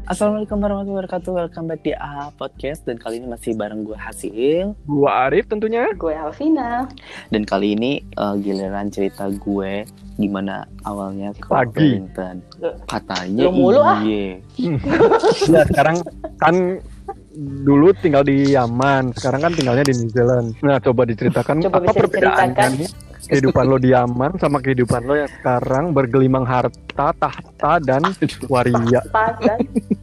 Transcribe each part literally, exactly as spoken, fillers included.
Assalamualaikum warahmatullahi wabarakatuh. Welcome back di A Podcast. Dan kali ini masih bareng gue Hasil, gue Arif tentunya, gue Alvina. Dan kali ini uh, giliran cerita gue gimana awalnya ke Lagi. Wellington. Katanya Lu mulu, ah. iya. Ya sekarang kan dulu tinggal di Yaman, sekarang kan tinggalnya di New Zealand. Nah coba diceritakan Coba apa bisa perbedaannya nih kehidupan lo di Yaman sama kehidupan lo yang sekarang bergelimang harta, tahta dan waria. Padan.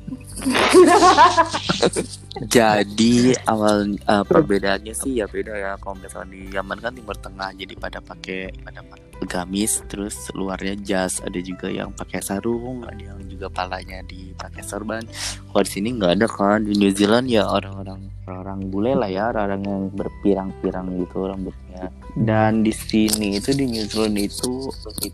Jadi awal uh, perbedaannya sih ya beda ya. Kalau misalnya di Yaman kan Timur Tengah, jadi pada pakai pada pakai gamis, terus luarnya jas. Ada juga yang pakai sarung, ada yang juga palanya dipakai sorban. Kalau di sini nggak ada kan. Di New Zealand ya orang-orang orang bule lah ya, orang yang berpirang-pirang gitu rambutnya. Dan di sini itu di New Zealand itu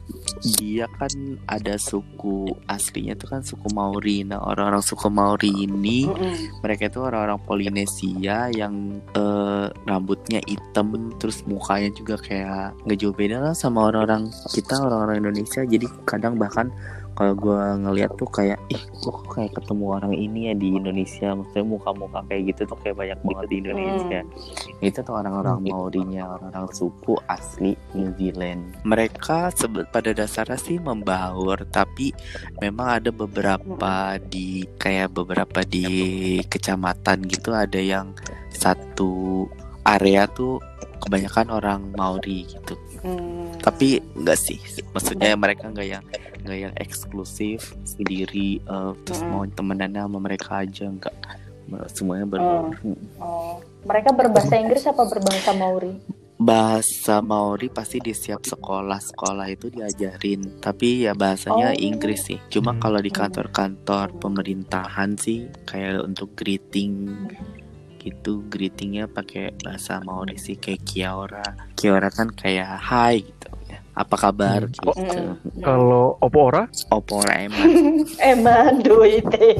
dia kan ada suku aslinya tuh kan suku Maori. Nah orang-orang suku Maori ini Mm-mm. mereka itu orang-orang Polinesia yang eh, rambutnya hitam, terus mukanya juga kayak nggak jauh beda lah sama orang-orang kita, orang-orang Indonesia. Jadi kadang bahkan kalau gue ngeliat tuh kayak ih kok kayak ketemu orang ini ya di Indonesia, maksudnya muka-muka kayak gitu tuh kayak banyak banget di Indonesia. Mm. Itu tuh orang-orang Maorinya, orang-orang suku asli New Zealand. Mereka sebe- pada dasarnya sih membaur, tapi memang ada beberapa di kayak beberapa di kecamatan gitu ada yang satu area tuh kebanyakan orang Maori gitu. Mm. Tapi enggak sih, maksudnya mereka enggak yang enggak yang eksklusif sendiri uh, terus Mm. mau temenannya sama mereka aja, enggak. Semuanya berbaur. Oh, mereka berbahasa Inggris apa berbahasa Maori? Bahasa Maori pasti di setiap sekolah-sekolah itu diajarin, tapi ya bahasanya Oh. Inggris sih. Cuma Hmm. kalau di kantor-kantor pemerintahan sih kayak untuk greeting gitu, greetingnya pakai bahasa Maori sih, kayak kia ora. Kia ora kan kayak hai gitu ya. Apa kabar Hmm. gitu. Mm. Kalau opo ora, Opo ora eman. Emang duite.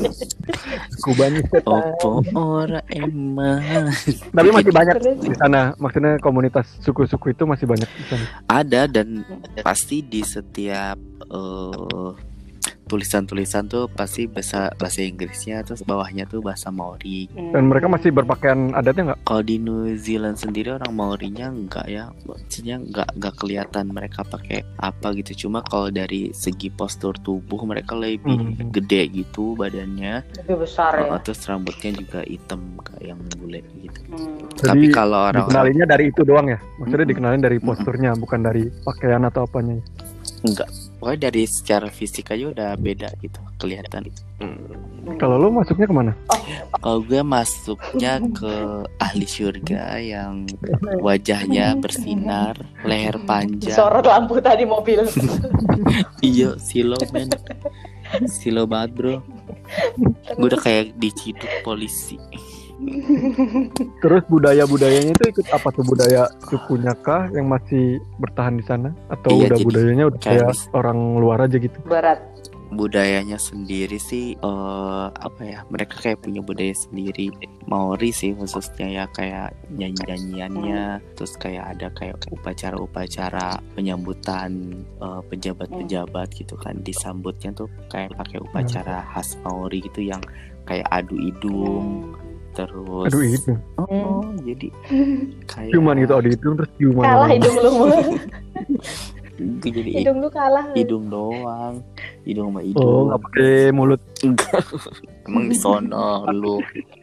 kubani Opo ora eman. tapi masih banyak Terus? di sana. Maksudnya komunitas suku-suku itu masih banyak di sana. Ada, dan pasti di setiap eh, tulisan-tulisan tuh pasti bahasa bahasa Inggrisnya, terus bawahnya tuh bahasa Maori. Dan mereka masih berpakaian adatnya nggak? Kalau di New Zealand sendiri orang Maorinya enggak ya, maksudnya enggak enggak kelihatan mereka pakai apa gitu. Cuma kalau dari segi postur tubuh mereka lebih Hmm. gede gitu badannya. Lebih besar ya. Oh, terus rambutnya juga hitam kayak yang bule gitu. Hmm. Jadi, Tapi kalau orang-orang Dikenalinnya dari itu doang ya? Maksudnya Mm-mm. dikenalin dari Mm-mm. posturnya, bukan dari pakaian atau apanya? enggak, pokoknya dari secara fisik aja udah beda gitu kelihatan. Kalau lo masuknya kemana? Kalau gue masuknya ke ahli surga yang wajahnya bersinar, leher panjang. Sorot lampu tadi mobil. Iya, silo men. Silo banget bro. Gue udah kayak diciduk polisi. Terus budaya-budayanya itu ikut apa tuh, budaya sukunya kah yang masih bertahan di sana? Atau Iya, udah jadi budayanya udah kayak kayak mis- orang luar aja gitu? Berat. Budayanya sendiri sih eh, apa ya, mereka kayak punya budaya sendiri. Maori sih khususnya ya, kayak nyanyi-nyanyiannya, terus kayak ada kayak upacara-upacara penyambutan eh, pejabat-pejabat gitu kan, disambutnya tuh kayak pakai upacara khas Maori gitu yang kayak adu idung. Terus Aduh itu, oh, jadi kayak ciuman gitu, aduh itu terus ciuman. Kalah orang. hidung lu. jadi Hidung lu kalah. hidung doang, hidung sama Oh, hidung. nggak pakai mulut. Enggak. Emang di sono lu.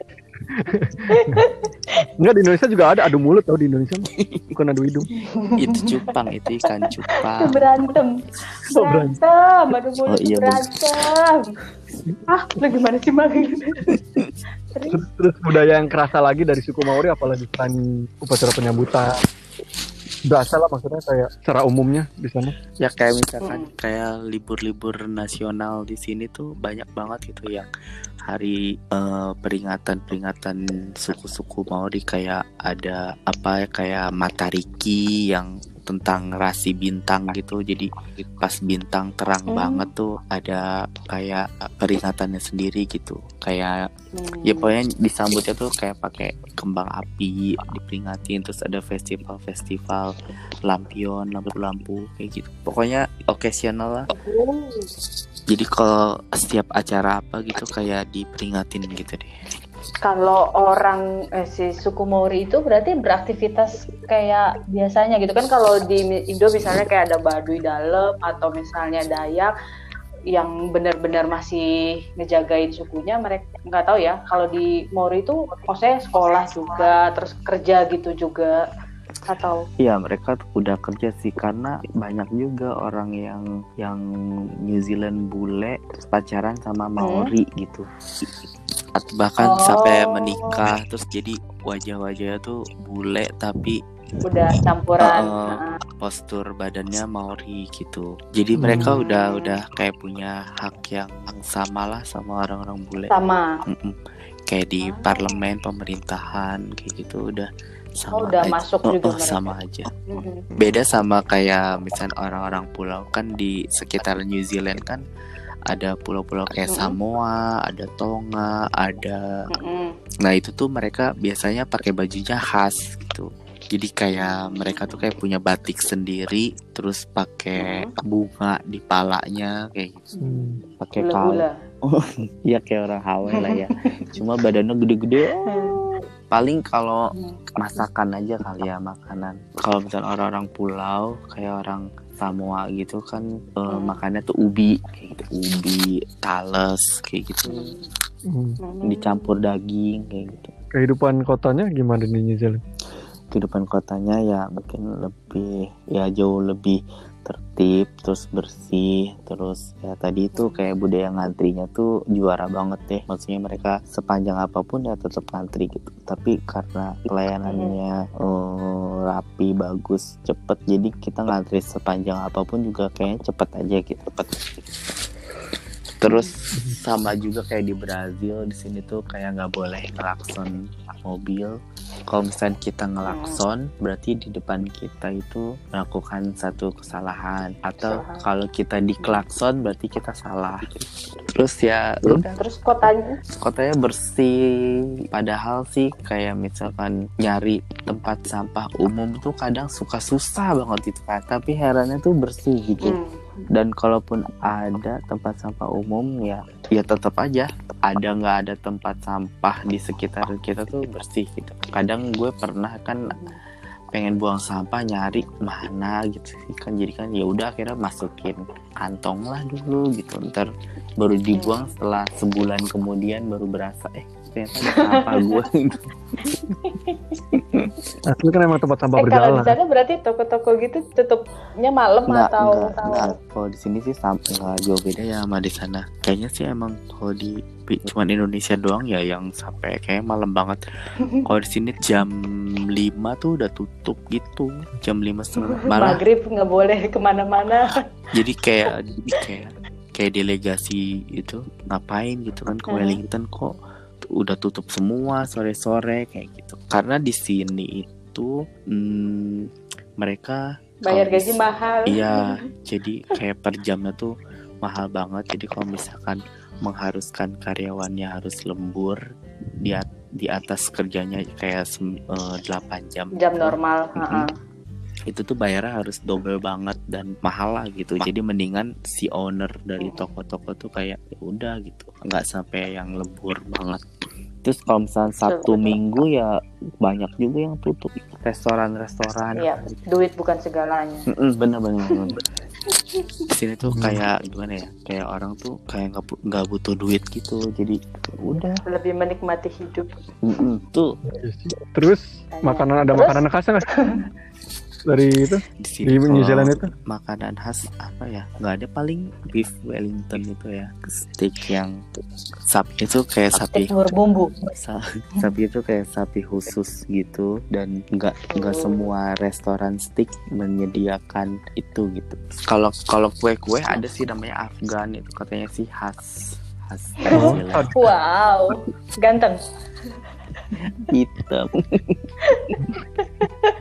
Enggak, di Indonesia juga ada adu mulut tau, di Indonesia mah. Bukan adu hidung. Itu cupang, itu ikan Itu cupang. berantem. Oh, berantem. Berantem. Aduh mulut Oh, iya, berantem. Ah, lu gimana sih Mang? Terus Terus, terus budaya yang kerasa lagi dari suku Maori apalagi selain upacara penyambutan? Berasa lah maksudnya kayak secara umumnya di sana. Ya kayak misalkan kayak libur-libur nasional di sini tuh banyak banget gitu yang hari eh, peringatan-peringatan suku-suku Maori, kayak ada apa ya, kayak Matariki yang tentang rasi bintang gitu. Jadi pas bintang terang Hmm. banget tuh ada kayak peringatannya sendiri gitu. Kayak Hmm. ya pokoknya disambutnya tuh kayak pakai kembang api diperingatin, terus ada festival-festival lampion, lampu-lampu kayak gitu. Pokoknya occasional lah. Oh. Jadi kalau setiap acara apa gitu kayak diperingatin gitu deh. Kalau orang eh, si suku Maori itu berarti beraktivitas kayak biasanya gitu kan. Kalau di Indo misalnya kayak ada Baduy Dalam atau misalnya Dayak yang benar-benar masih ngejagain sukunya, mereka nggak tahu ya. Kalau di Maori itu maksudnya sekolah juga, terus kerja gitu juga, atau Iya, mereka tuh udah kerja sih, karena banyak juga orang yang yang New Zealand bule terus pacaran sama Maori gitu. Atau bahkan Oh. sampai menikah terus jadi wajah-wajahnya tuh bule tapi udah campuran. Uh-uh. Nah, postur badannya Maori gitu. Jadi mereka Hmm. udah udah kayak punya hak yang sama lah sama orang-orang bule. sama. Mm-mm. Kayak di Ah. parlemen, pemerintahan kayak gitu udah sama Oh, udah aja. masuk Oh, juga oh, mereka. sama aja. Mhm. Beda sama kayak misalnya orang-orang pulau kan di sekitar New Zealand kan ada pulau-pulau kayak Mm-mm. Samoa, ada Tonga, ada. Mm-mm. Nah itu tuh mereka biasanya pakai bajunya khas gitu. Jadi kayak mereka tuh kayak punya batik sendiri, terus pakai bunga di palanya kayak gitu. Hmm. Pakai kal. Gula-gula. Ya kayak orang Hawaii lah ya. Cuma badannya gede-gede. Paling kalau Hmm. masakan aja kali ya, makanan. Kalau misalnya orang-orang pulau kayak orang Samoa gitu kan eh, Hmm. makannya tuh ubi kayak gitu, ubi, tales kayak gitu, Hmm. Hmm. dicampur daging kayak gitu. Kehidupan kotanya gimana di New Zealand? Kehidupan kotanya ya mungkin lebih ya jauh lebih tertib, terus bersih, terus ya tadi itu kayak budaya ngantrinya tuh juara banget deh. Maksudnya mereka sepanjang apapun ya tetap ngantri gitu. Tapi karena pelayanannya eh, rapi, bagus, cepet, jadi kita ngantri sepanjang apapun juga kayaknya cepet aja gitu. Cepet. Terus sama juga kayak di Brazil, di sini tuh kayak nggak boleh ngelakson mobil. Kalau misalnya kita ngelakson, berarti di depan kita itu melakukan satu kesalahan. Atau Kesalahan. kalau kita diklakson, berarti kita salah. Terus ya udah, Terus kotanya kotanya bersih. Padahal sih kayak misalkan nyari tempat sampah umum tuh kadang suka susah banget itu kan. Tapi herannya tuh bersih gitu. hmm. Dan kalaupun ada tempat sampah umum ya ya tetap aja ada nggak ada tempat sampah di sekitar kita tuh bersih gitu. Kadang gue pernah kan pengen buang sampah nyari mana gitu sih kan, jadi kan ya udah akhirnya masukin kantong lah dulu gitu, ntar baru dibuang setelah sebulan kemudian baru berasa eh ternyata ada sampah gue. Asli kan emang tempat sampah Eh kalau berjalan. di sana berarti toko-toko gitu tutupnya malam Nggak, atau nggak, nggak. Kalau di sini sih sama nggak jauh beda ya sama di sana. Kayaknya sih emang kalau di cuman Indonesia doang ya yang sampai kayak malam banget. Kalau di sini jam lima tuh udah tutup gitu, jam lima setengah malah. maghrib nggak boleh kemana-mana. Jadi kayak jadi kayak kayak delegasi itu ngapain gitu kan ke Hmm. Wellington kok udah tutup semua sore-sore kayak gitu. Karena di sini itu hmm, mereka Bayar kalau gaji mis- mahal. Iya, jadi kayak per jamnya tuh mahal banget. Jadi kalau misalkan mengharuskan karyawannya harus lembur di at- di atas kerjanya kayak sem- eh, delapan jam. Jam normal. Mm-mm. ha-ha. Itu tuh bayarnya harus double banget dan mahal lah gitu. Jadi mendingan si owner dari toko-toko tuh kayak ya udah gitu, nggak sampai yang lembur banget. Terus kalau misalnya Sabtu Betul. Minggu ya banyak juga yang tutup, restoran-restoran. Iya, duit bukan segalanya. Mm-mm, bener-bener. Di sini tuh kayak gimana ya? Kayak orang tuh kayak nggak pu- nggak butuh duit gitu. Jadi ya udah. Lebih menikmati hidup. Mm-mm, tuh Terus makanan ada Terus? makanan khasnya nggak sih? Dari itu di di sini New kalau Zealand itu? makanan khas apa ya? Nggak ada, paling beef Wellington itu ya, steak yang sapi itu kayak sapi Steak berbumbu. sa- sapi itu kayak sapi khusus gitu, dan nggak nggak Oh. semua restoran steak menyediakan itu gitu. Kalau kalau kue-kue ada sih namanya Afgan, itu katanya sih khas khas Oh, New Zealand. Wow, ganteng. Hitam.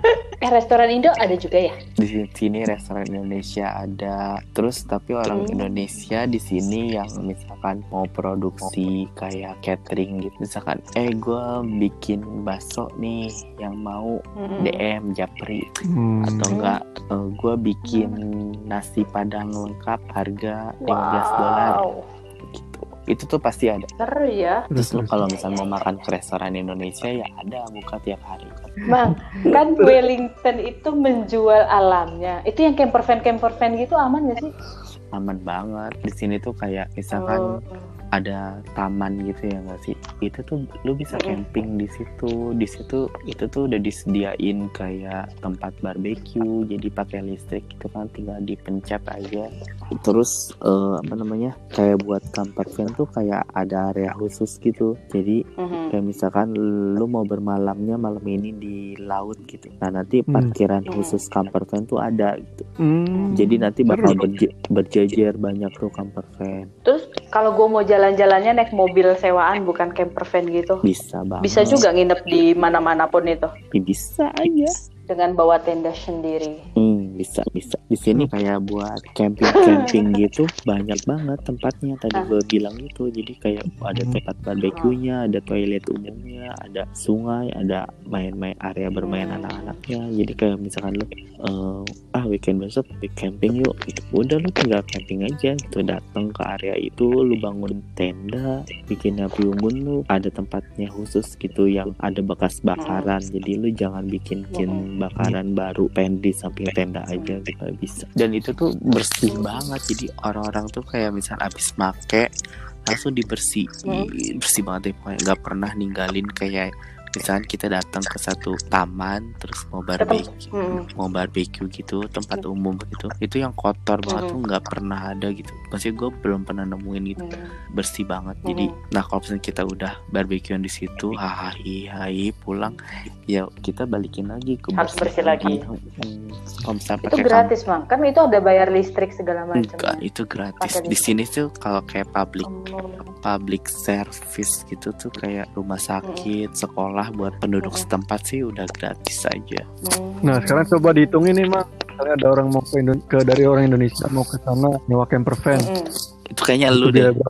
Eh restoran Indo ada juga ya? Di sini restoran Indonesia ada. Terus tapi orang Hmm. Indonesia di sini yang misalkan mau produksi kayak catering gitu, misalkan eh gue bikin bakso nih, yang mau Mm-mm. D M Japri, Hmm. atau enggak gue bikin nasi padang lengkap harga lima belas dolar Wow, gitu. Itu tuh pasti ada. seru ya. Terus lu Terus, kalau misalnya mau makan ke restoran Indonesia ya ada, buka tiap hari. Bang, kan Wellington itu menjual alamnya. Itu yang camper van camper van gitu aman gak sih? Aman banget. Di sini tuh kayak misalkan Oh. ada taman gitu ya nggak sih? Itu tuh lu bisa Mm-mm. camping di situ. Di situ itu tuh udah disediain kayak tempat barbecue. Jadi pakai listrik itu kan tinggal dipencet aja. Terus eh, apa namanya? Kayak buat camper van tuh kayak ada area khusus gitu. Jadi Mhm. kayak misalkan lu mau bermalamnya malam ini di laut gitu. Nah nanti Hmm. parkiran Hmm. khusus camper van tuh ada gitu. Hmm. Jadi nanti bakal Seru. berje- berjejer banyak tuh camper van. Terus kalau gue mau jalan-jalannya naik mobil sewaan bukan camper van gitu, Bisa banget. bisa juga nginep di mana-mana pun itu Ya, bisa aja. dengan bawa tenda sendiri. Hmm, bisa bisa. Di sini kayak buat camping-camping gitu banyak banget tempatnya. Tadi gue bilang itu. Jadi kayak ada tempat barbeque-nya, ada toilet umumnya, ada sungai, ada main-main area bermain Hmm. anak-anaknya. Jadi kayak misalkan lu eh, ah weekend besok camping yuk. Gitu. Udah lu tinggal camping aja gitu. Datang ke area itu, lu bangun tenda, bikin api unggun, lu ada tempatnya khusus gitu yang ada bekas bakaran. Jadi lu jangan bikin-bikin bakaran baru pengen di samping tenda aja gitu, nggak bisa. Dan itu tuh bersih banget, jadi orang-orang tuh kayak misal abis make langsung dibersihin, bersih banget deh pokoknya, nggak pernah ninggalin kayak misalkan kita datang ke satu taman terus mau barbecue, Hmm. mau barbecue gitu, tempat umum gitu, itu yang kotor banget tuh nggak pernah ada gitu. Maksudnya gue belum pernah nemuin gitu, Hmm. bersih banget. Jadi, nah kalau misalnya kita udah barbekyuan di situ, hahaha, hai pulang, ya kita balikin lagi ke Harus bersih lagi. Hmm, kalau misalnya Itu pakai gratis bang, kan itu ada bayar listrik segala kam- macam. enggak, itu gratis. Pakai Di sini tuh kalau kayak public Oh. public service gitu tuh kayak rumah sakit, sekolah buat penduduk Mm-mm. setempat sih udah gratis aja. Hmm. Nah sekarang coba dihitungin nih Mak. Misalnya ada orang mau ke, Indo- ke dari orang Indonesia mau ke sana nyewa camper van. Mm-mm. Itu kayaknya Itu lu deh. biaya berapa?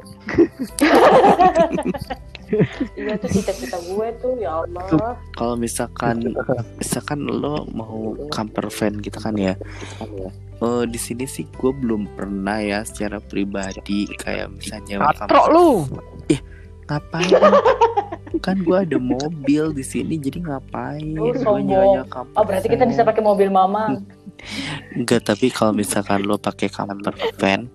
Iya tuh cita-cita gue tuh, ya Allah. Kalau misalkan misalkan lo mau camper van gitu kan ya. Oh, di sini sih gue belum pernah ya secara pribadi kayak misalnya Katro lu. ngapain? Kan gue ada mobil di sini, jadi ngapain? Oh, Gue sombong. nyonya camper Oh berarti kita van. bisa pakai mobil mama. Enggak, tapi kalau misalkan lo pakai camper van,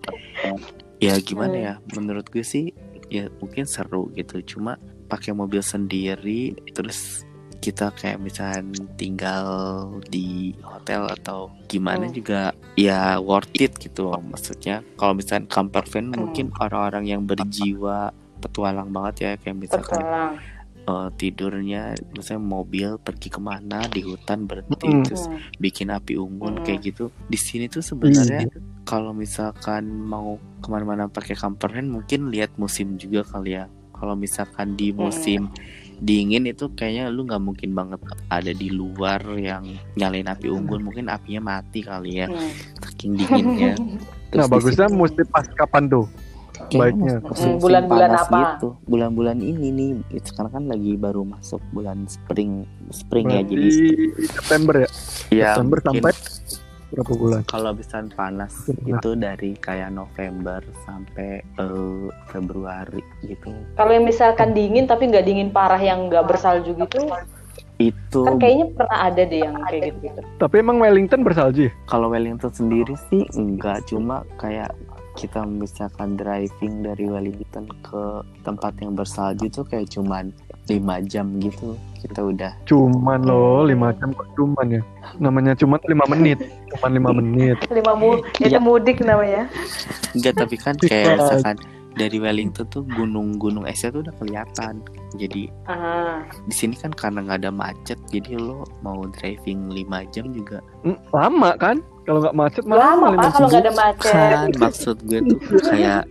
ya gimana ya? Menurut gue sih ya mungkin seru gitu. Cuma pakai mobil sendiri, terus kita kayak misalkan tinggal di hotel atau gimana Hmm. juga ya worth it gitu. Maksudnya kalau misalkan camper van Hmm. mungkin orang-orang yang berjiwa petualang banget ya, kayak misalkan Petualang. eh, tidurnya misalnya mobil pergi kemana di hutan berhenti Mm. terus Hmm. bikin api unggun Mm. kayak gitu. Di sini tuh sebenarnya kalau misalkan mau kemana-mana pakai camper van mungkin lihat musim juga kali ya. Kalau misalkan di musim dingin itu kayaknya lu nggak mungkin banget ada di luar yang nyalain api unggun, mungkin apinya mati kali ya Hmm. saking dinginnya. Nah Terus di bagusnya situ mesti pas kapan tuh? kayaknya baiknya. musim- Hmm, bulan-bulan panas apa? gitu. Bulan-bulan ini nih sekarang kan lagi baru masuk bulan spring spring ya, Berarti jadi September ya? ya September mungkin sampai berapa bulan? kalau bisa panas Panas. itu dari kayak November sampai eh, Februari gitu. Kalau yang misalkan dingin tapi nggak dingin parah yang nggak bersalju gitu, Itu kan kayaknya pernah ada deh yang kayak gitu. Tapi emang Wellington bersalju ya? kalau Wellington sendiri sih enggak, cuma kayak kita misalkan driving dari Wellington ke tempat yang bersalju tuh kayak cuman lima jam gitu kita udah. Cuman loh lima jam kok cuman ya? Namanya cuman lima menit. Cuman lima menit. Lima mu, itu Iya. mudik namanya. Enggak, tapi kan kayak misalkan dari Wellington tuh gunung-gunung esnya tuh udah kelihatan. Jadi Ah, di sini kan karena nggak ada macet, jadi lo mau driving lima jam juga Hmm, lama kan? Kalau nggak macet lama malah pak kalau nggak ada macet. kan. Maksud gue tuh kayak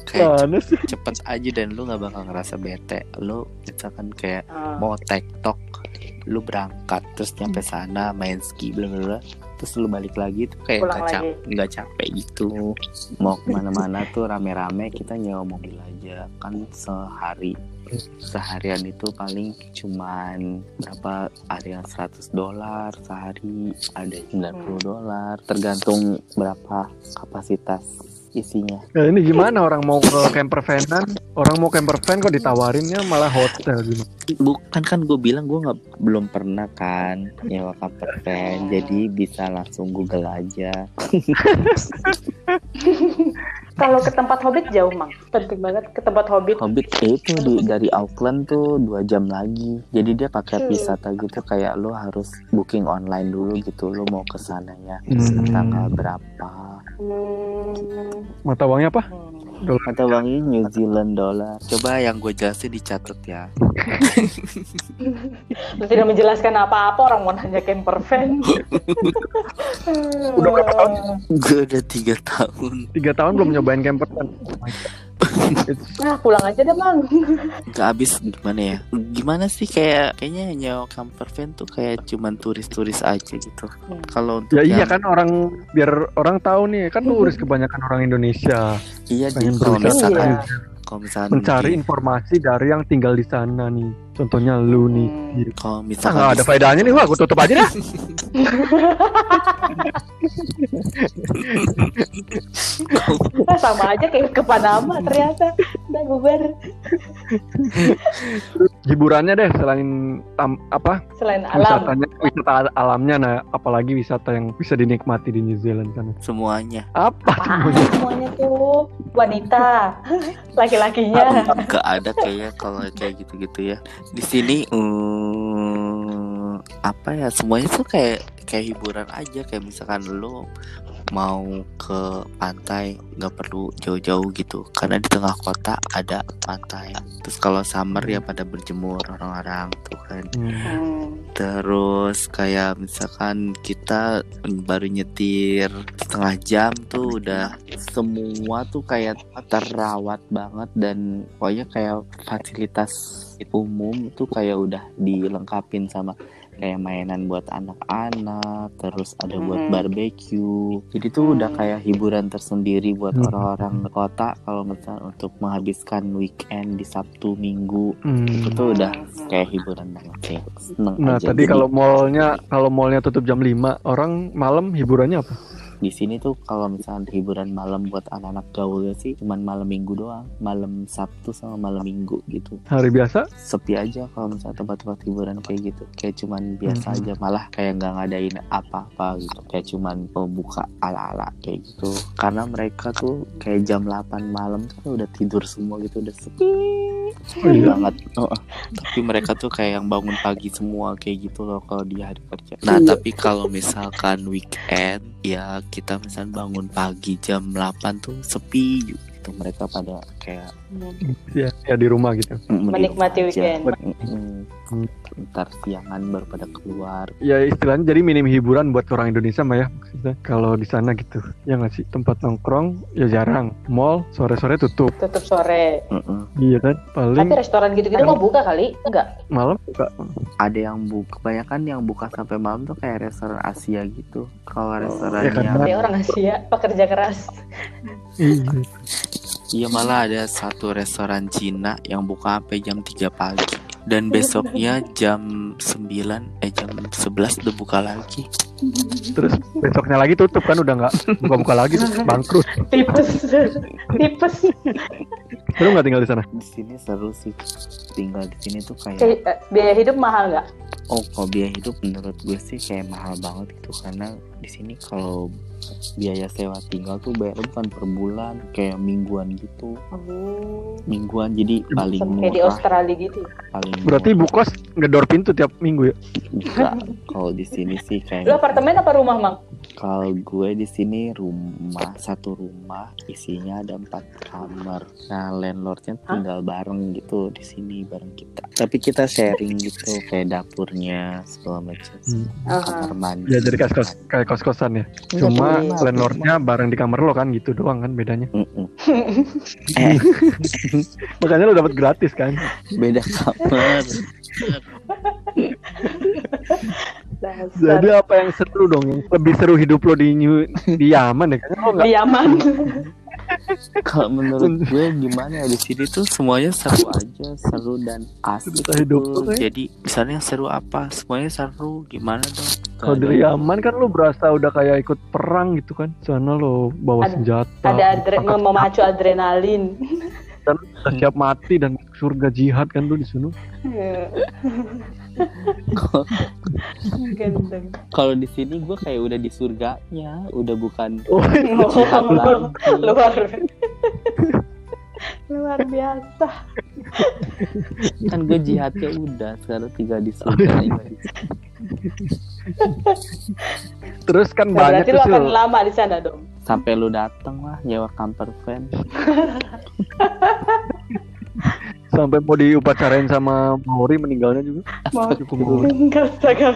kayak Mana sih? cepet aja dan lu nggak bakal ngerasa bete. Lu misalkan kayak Ah. mau TikTok, lu berangkat terus nyampe sana main ski bla bla bla, terus lu balik lagi tuh kayak Pulang nggak cap lagi. nggak capek gitu. Mau kemana-mana tuh rame-rame kita nyewa mobil aja kan sehari seharian itu paling cuman berapa, ada yang seratus dolar sehari, ada yang sembilan puluh dolar, tergantung berapa kapasitas isinya. Ya ini gimana orang mau ke camper vanan, orang mau camper van kok ditawarinnya malah hotel gimana? Bukan kan gue bilang gue nggak belum pernah kan nyewa camper van, jadi bisa langsung Google aja. Kalau ke tempat Hobbit jauh, Mang. Penting banget ke tempat Hobbit. Hobbit eh, itu di, dari Auckland tuh dua jam lagi. Jadi dia pakai Hmm. wisata gitu, kayak lo harus booking online dulu gitu. Lo mau ke sananya Hmm. tanggal berapa? Hmm. Mata uangnya apa? Hmm. Atau bangnya New Zealand dollar. Coba yang gue jelasin dicatat ya. Terus tidak menjelaskan apa-apa, orang mau nanya camper van. Udah berapa tahun? Gue udah tiga tahun. Tiga tahun belum nyobain camper van. Nah, pulang aja deh, Mang. Gak habis gimana ya? Gimana sih kayak kayaknya nyewa camper van tuh kayak cuman turis-turis aja gitu. Hmm. Kalau untuk Ya iya yang- kan orang biar orang tahu nih kan turis kebanyakan orang Indonesia Iya, jadi pengen kalau berusaha misalkan Iya. kalau misalkan mencari di- informasi dari yang tinggal di sana nih. Contohnya lu nih. Hmm. Gitu. kalau Ah, misalkan nggak ada di- faedahnya nih, wah aku tutup aja dah. Ah, sama aja kayak ke Panama ternyata. Udah bubar. Hiburannya deh selain tam, apa Selain alam. wisatanya, wisata al- alamnya, nah apalagi wisata yang bisa dinikmati di New Zealand sana. semuanya Apa? Ah, semuanya tuh wanita, laki-lakinya. gak ada kayaknya kalau kayak gitu-gitu ya di sini. hmm, apa ya, semuanya tuh kayak kayak hiburan aja, kayak misalkan lo mau ke pantai nggak perlu jauh-jauh gitu karena di tengah kota ada pantai. Terus kalau summer ya pada berjemur orang-orang tuh kan. Hmm. Hmm. Terus kayak misalkan kita baru nyetir setengah jam tuh udah semua tuh kayak terawat banget, dan pokoknya kayak fasilitas umum tuh kayak udah dilengkapin sama kayak mainan buat anak-anak, terus ada buat Mhm. barbeque. Jadi tuh udah Hmm. kayak hiburan tersendiri buat Hmm. orang-orang kota kalau misalnya untuk menghabiskan weekend di Sabtu Minggu. Hmm. Itu tuh udah kayak hiburan banget sih. Seneng Nah aja. tadi Jadi kalau mallnya kalau mallnya tutup jam lima, orang malam hiburannya apa? di sini tuh kalau misalnya hiburan malam buat anak-anak gaul sih cuman malam Minggu doang, malam Sabtu sama malam Minggu gitu. Hari biasa? Sepi aja kalau misalnya tempat-tempat hiburan kayak gitu, kayak cuman biasa Mhm. aja, malah kayak nggak ngadain apa-apa gitu, kayak cuman membuka ala-ala kayak gitu. Karena mereka tuh kayak jam delapan malam tuh udah tidur semua gitu, udah sepi Oh iya. banget. Oh, tapi mereka tuh kayak yang bangun pagi semua kayak gitu loh kalau di hari kerja. Nah Iya. tapi kalau misalkan weekend ya kita misalnya bangun pagi jam delapan tuh sepi gitu, mereka pada kayak Ya, ya di rumah gitu. mm, Menikmati di rumah aja. weekend. Mm, mm. Ntar siangan baru pada keluar. Ya istilahnya jadi minim hiburan buat orang Indonesia mah ya maksudnya kalau di sana gitu. Ya nggak sih, tempat nongkrong ya jarang. Mall sore-sore tutup. Tutup sore. Mm-mm. Iya kan? Paling Tapi restoran gitu-gitu mau buka kali? Enggak. malam buka. Ada yang buka, kebanyakan yang buka sampai malam tuh kayak restoran Asia gitu. Kalau restoran ya kan, yang Dia orang Asia, pekerja keras. Iya. iya malah ada satu restoran Cina yang buka sampai jam tiga pagi. Dan besoknya jam sembilan eh jam sebelas udah buka lagi. Terus besoknya lagi tutup kan, udah nggak buka-buka lagi, tuh, bangkrut. Tipes. Tipes. Lu nggak tinggal di sana? Di sini seru sih. Tinggal di sini tuh kayak Kayak, eh, biaya hidup mahal nggak? oh kalau biaya hidup menurut gue sih kayak mahal banget gitu, karena di sini kalau biaya sewa tinggal tuh bayar bukan per bulan, kayak mingguan gitu. Oh. Mingguan jadi paling Sama kayak di murah. Australia gitu. Paling Berarti murah. ibu kos ngedor pintu tiap minggu ya? Enggak, kalau di sini sih Lu kayak apartemen apa rumah, Mang? Kalau gue di sini rumah satu rumah isinya ada empat kamar. Nah landlordnya tinggal bareng gitu di sini bareng kita. Tapi kita sharing gitu kayak dapurnya segala macam. Hmm. Kamar mandi. Ya jadi kayak kos kayak kos kosan ya. Cuma Iya. landlordnya bareng di kamar lo kan gitu doang kan bedanya. Mm-mm. eh Makanya lo dapat gratis kan. beda kamar. Jadi apa yang seru dong? Yang lebih seru hidup lo di New, di Yaman ya? Kayaknya lo nggak. Di Yaman. Kalau menurut gue gimana ya di sini tuh semuanya seru aja, seru dan asik Cerita hidup gitu. tuh, kayak. Jadi misalnya seru apa, semuanya seru gimana dong? Kalau dari Yaman kan lo berasa udah kayak ikut perang gitu kan? Sana lo bawa Ada- senjata, Ada adre- angkat memacu adrenalin. dan udah siap mati dan surga jihad kan tuh di sana. Gendeng. Kalau di sini gue kayak udah di surganya, udah bukan Oh, jihad lagi. luar luar biasa. Kan gue jihadnya udah, sekarang tinggal di surga aja. terus kan Nah, banyak berarti tuh lo Sil. akan lama di sana dong. Sampai lu dateng lah nyewa camper van. Sampai mau diupacarain sama Maori meninggalnya juga. Mau Cukup Maori. tinggal astaga.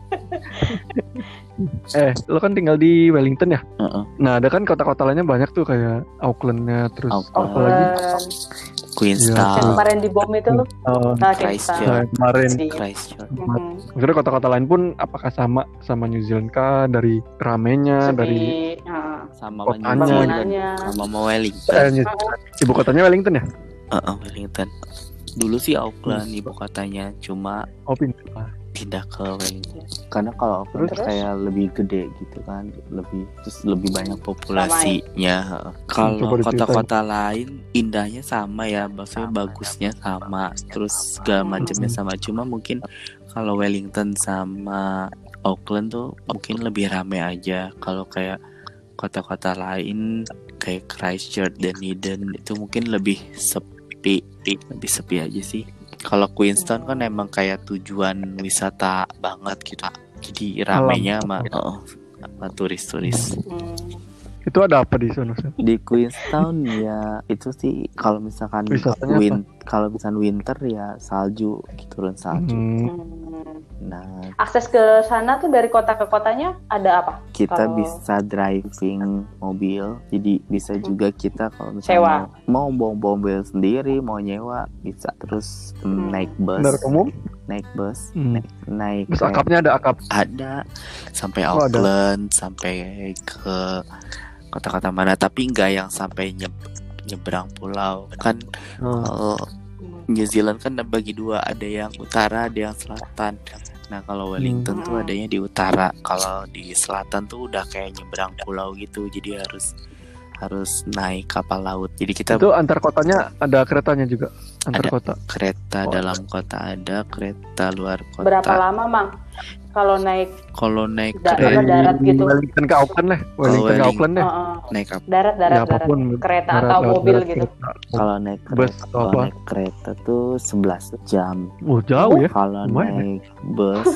Eh, lo kan tinggal di Wellington ya? Heeh. Nah, ada kan kota-kota lainnya banyak tuh kayak Aucklandnya, terus Auckland. apa lagi? Yang Queenstown, kemarin di bom itu lo. Oh, Nah, Christchurch. nah, kemarin. Di- Christchurch. Mhm. Maksudnya kota-kota lain pun apakah sama sama New Zealand kah? Dari ramenya, Sepi. dari Nah, Sama Kotanya. New Zealand, bangunannya. sama mau eh, Wellington. New- ibu kotanya Wellington ya? Heeh, Wellington. Dulu sih Auckland ibu kotanya, cuma Oh, pindah. pindah ke Wellington. Karena kalau Auckland Terus? kayak lebih gede gitu kan, lebih terus lebih banyak populasinya. Heeh. Kalau Coba diceritain. kota-kota lain indahnya sama ya, maksudnya bagusnya sama, terus segala macamnya sama. Cuma mungkin kalau Wellington sama Auckland tuh mungkin lebih rame aja. Kalau kayak kota-kota lain kayak Christchurch dan Dunedin itu mungkin lebih sepi, lebih sepi aja sih. Kalau Queenstown kan emang kayak tujuan wisata banget gitu. Jadi ramenya sama, oh, sama turis-turis. Hmm. Itu ada apa di sana? Sil? Di Queenstown ya itu sih kalau misalkan Wisatanya win kalau misalkan winter ya salju, turun salju. Hmm, Hmm. Nah, Akses ke sana tuh dari kota ke kotanya ada apa? kita Kalau- bisa driving mobil, jadi bisa juga kita kalau Sewa. misalnya mau mau bawa mobil sendiri, mau nyewa bisa. Terus mm, Hmm. naik bus, benar umum. naik bus, Hmm. naik, naik Terus kayak- akapnya ada akap. ada sampai Oh, ada. Auckland, sampai ke kota-kota mana, tapi nggak yang sampai nyeb- nyebrang pulau kan. Oh. Kalau New Zealand kan bagi dua, ada yang utara, ada yang selatan. Nah kalau Wellington Hmm. tuh adanya di utara, kalau di selatan tuh udah kayak nyebrang pulau gitu, jadi harus harus naik kapal laut. Jadi kita Itu antar kotanya ada keretanya juga. Antar Ada. kota. kereta Oh. dalam kota ada, kereta luar kota. Berapa lama, Mang? Kalau naik Kalau naik Da- kereta, apa, darat gitu? Wellington ke Auckland lah. Wellington ke Welling- Auckland deh. Heeh. naik apa? darat, darat, Ya, darat. apapun. Kereta Darat, atau darat, mobil darat, gitu. kereta. Kalau naik Bus kereta, atau kalau apa? naik kereta tuh sebelas jam. Oh, jauh ya. Kalau lumayan ya. naik bus,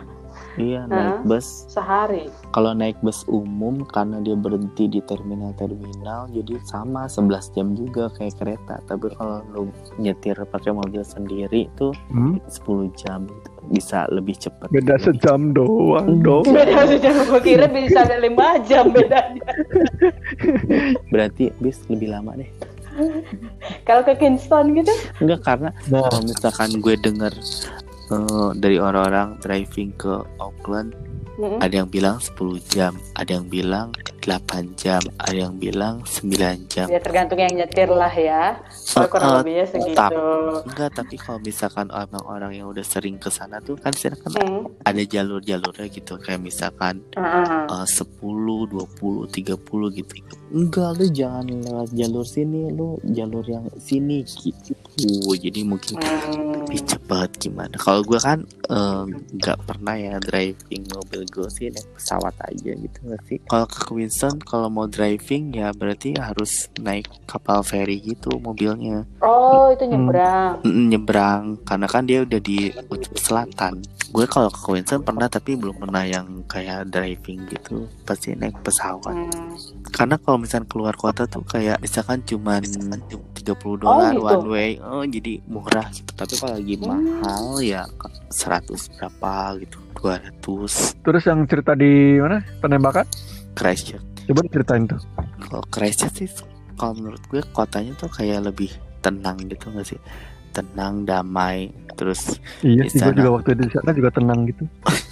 iya naik Hah? bus. Sehari. Kalau naik bus umum karena dia berhenti di terminal-terminal, jadi sama sebelas jam juga kayak kereta. Tapi kalau lu nyetir pakai mobil sendiri itu Hmm, sepuluh jam gitu. Bisa lebih cepat. beda sejam doang dong. Beda sejam, gue kira bisa ada lima jam bedanya. Berarti bis lebih lama deh. Kalau ke Kingston gitu? Enggak, karena Nah, kalau misalkan gue denger eh, dari orang-orang driving ke Auckland, Mm-mm. ada yang bilang sepuluh jam, ada yang bilang delapan jam, ada yang bilang sembilan jam. Ya tergantung yang nyetir lah ya. Kalau kurang Eh, lebihnya segitu. tap. Enggak, tapi kalau misalkan emang orang yang udah sering ke sana tuh kan sana kan Hmm. ada jalur-jalurnya gitu, kayak misalkan Heeh. eh, sepuluh, dua puluh, tiga puluh gitu. Enggak, lu jangan lewat jalur sini, lu jalur yang sini gitu. Jadi mungkin Hmm. lebih cepat gimana. Kalau gue kan eh, nggak pernah ya driving mobil, gue sih naik pesawat aja gitu nggak sih. Kalau ke Queenstown Queensland kalau mau driving ya berarti harus naik kapal feri gitu mobilnya. Oh, itu nyebrang. Mm, nyebrang karena kan dia udah di kutub selatan. Gue kalau ke Queensland pernah tapi belum pernah yang kayak driving gitu. Pasti naik pesawat. Hmm. Karena kalau misalnya keluar kota tuh kayak misalkan cuman tiga puluh dolar Oh, gitu. one way. Oh, jadi murah gitu. Tapi kalau lagi Hmm. mahal ya seratus berapa gitu. dua ratus. Terus yang cerita di mana penembakan? Christchurch. Coba ceritain tuh. Kalau Christchurch sih kalau menurut gue kotanya tuh kayak lebih tenang gitu nggak sih? Tenang, damai. Terus Iya di sih, gue sana- juga waktu di sana juga tenang gitu.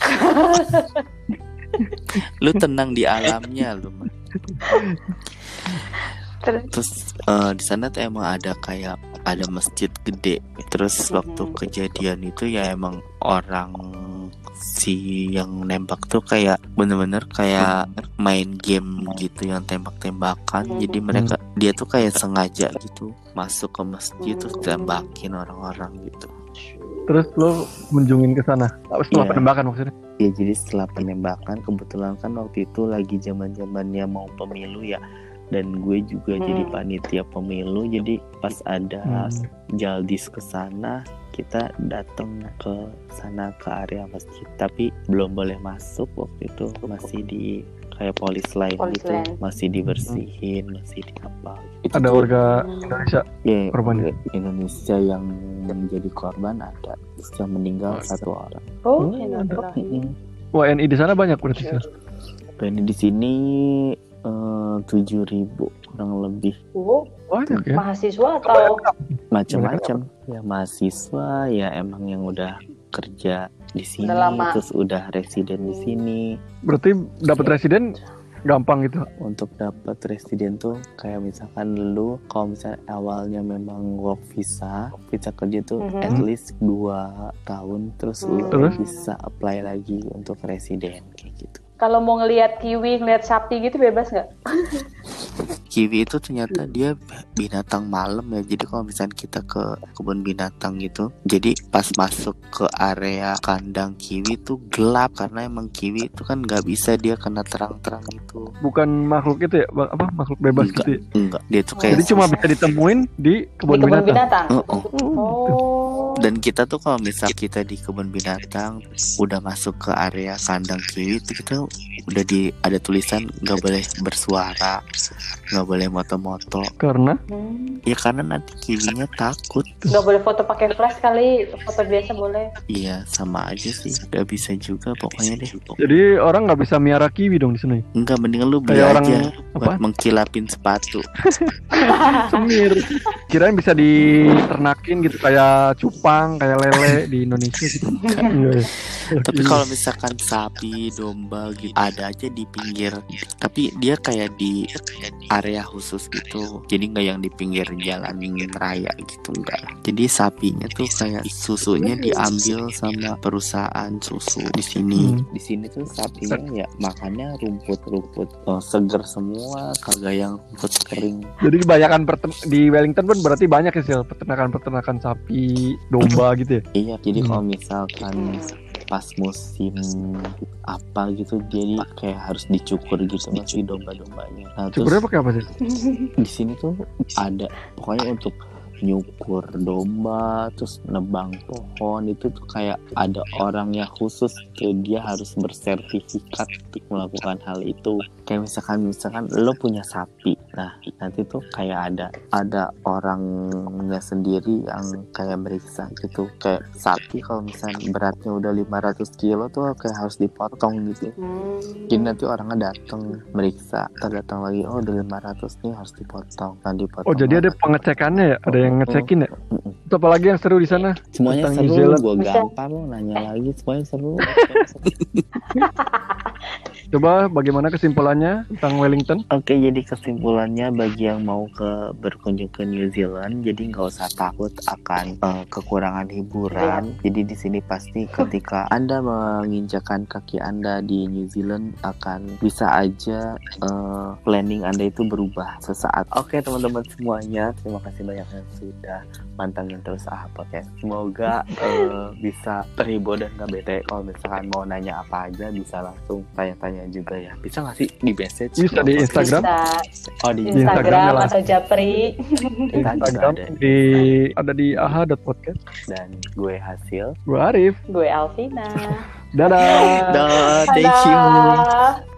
lu tenang di alamnya lu mah. Terus, Terus eh, di sana tuh emang ada kayak ada masjid gede. Terus Mhm. waktu kejadian itu ya emang orang si yang nembak tuh kayak bener-bener kayak main game gitu yang tembak-tembakan. Mhm. Jadi mereka dia tuh kayak sengaja gitu masuk ke masjid terus tembakin orang-orang gitu. Terus lo kunjungin ke sana setelah Iya. penembakan maksudnya? Ya jadi setelah penembakan kebetulan kan waktu itu lagi zaman-zamannya mau pemilu ya. Dan gue juga Hmm. jadi panitia pemilu. Jadi pas ada Hmm. Jaldis ke sana, kita datang ke sana ke area masjid. Tapi belum boleh masuk waktu itu, masih di kayak polis lain Polis gitu, lain. masih dibersihin, masih di apa. Itu Ada tuh, warga Hmm. Indonesia. ya, korbannya? warga Indonesia yang menjadi korban ada, terus yang meninggal Oh, satu orang. oh, Oh, innalillahi. Mm-mm. W N I di sana banyak berarti sih. Dan di sini tujuh ribu kurang lebih. Oh, Banyak ya. mahasiswa atau Macam-macam ya, mahasiswa ya emang yang udah kerja di sini Udah lama. terus udah residen di sini. Berarti dapat residen gampang gitu. Untuk dapat residen tuh kayak misalkan lu kalau misalnya awalnya memang work visa visa kerja tuh Mhm. at least dua tahun terus lu Terus? bisa apply lagi untuk residen kayak gitu. kalau mau ngelihat kiwi, ngelihat sapi gitu bebas nggak? Kiwi itu ternyata dia binatang malam ya. Jadi kalau misalnya kita ke kebun binatang gitu, jadi pas masuk ke area kandang kiwi itu gelap karena emang kiwi itu kan nggak bisa dia kena terang-terang gitu. Bukan makhluk itu ya, Bang? Apa makhluk bebas Enggak. gitu ya? Enggak, dia tuh kayak Jadi cuma bisa ditemuin di kebun Di kebun binatang. binatang. Oh, oh. Oh. Dan kita tuh kalau misal kita di kebun binatang udah masuk ke area kandang kiwi itu kita udah di ada tulisan nggak boleh bersuara, nggak boleh moto-moto. Karena Hmm. Ya karena nanti kiwinya takut. Nggak boleh foto pakai flash kali, foto biasa boleh. Iya sama aja sih, nggak bisa juga pokoknya deh. jadi orang nggak bisa miara kiwi dong di sana. ya? Enggak, mendingan lu beli Kayak orang aja apa? buat mengkilapin sepatu. Semir. Kirain bisa diternakin gitu kayak cupang, kayak lele di Indonesia gitu. Iya, iya. Tapi kalau misalkan sapi, domba gitu ada aja di pinggir. Tapi dia kayak di area khusus gitu. Jadi nggak yang di pinggir jalan raya gitu, enggak. Jadi sapinya tuh kayak susunya diambil sama perusahaan susu di sini. Hmm. Di sini tuh sapinya ya makannya rumput-rumput oh, seger semua, kagak yang rumput kering. Jadi kebanyakan perten- di Wellington pun berarti banyak ya sih peternakan-peternakan sapi, domba gitu ya. Iya, jadi Hmm. kalau misalkan pas musim apa gitu, jadi kayak harus dicukur gitu masih domba-dombanya. Nah, Cukurnya terus pakai apa sih? di sini tuh ada pokoknya untuk nyukur domba, terus nebang pohon itu tuh kayak ada orang yang khusus gitu. Dia harus bersertifikat untuk melakukan hal itu. Kayak misalkan misalkan lo punya sapi, nah nanti tuh kayak ada ada orangnya sendiri yang kayak meriksa gitu. Kayak sapi kalau misalnya beratnya udah lima ratus kilo tuh kayak harus dipotong gitu. Hmm. Jadi nanti orangnya datang meriksa, terdatang lagi, oh udah lima ratus nih harus dipotong, kan dipotong. Oh jadi ada pengecekannya ya, ada yang ngecekin ya. Mm-mm. Itu apalagi yang seru di sana? Semuanya Tentang New seru, Zealand. gue Bisa. gampar lo nanya lagi, semuanya seru. Coba bagaimana kesimpulannya tentang Wellington? Oke, jadi kesimpulannya bagi yang mau ke berkunjung ke New Zealand, jadi nggak usah takut akan eh, kekurangan hiburan. Jadi di sini pasti ketika Anda menginjakan kaki Anda di New Zealand akan bisa aja eh, planning Anda itu berubah sesaat. Oke teman-teman semuanya, terima kasih banyak yang sudah mantengin terus ah podcast. Semoga eh, bisa terhibur dan nggak bete. Kalau misalkan mau nanya apa aja bisa langsung tanya-tanya Iya juga ya. Bisa nggak sih di message? Bisa di Instagram. Bisa. Oh di Di Instagramnya Instagram lah. atau Japri. Instagram ada. di ada di aha dot podcast. Dan gue Hasil. Gue Arif. Gue Alvina. Dadah. Dah, thank you. Dadah.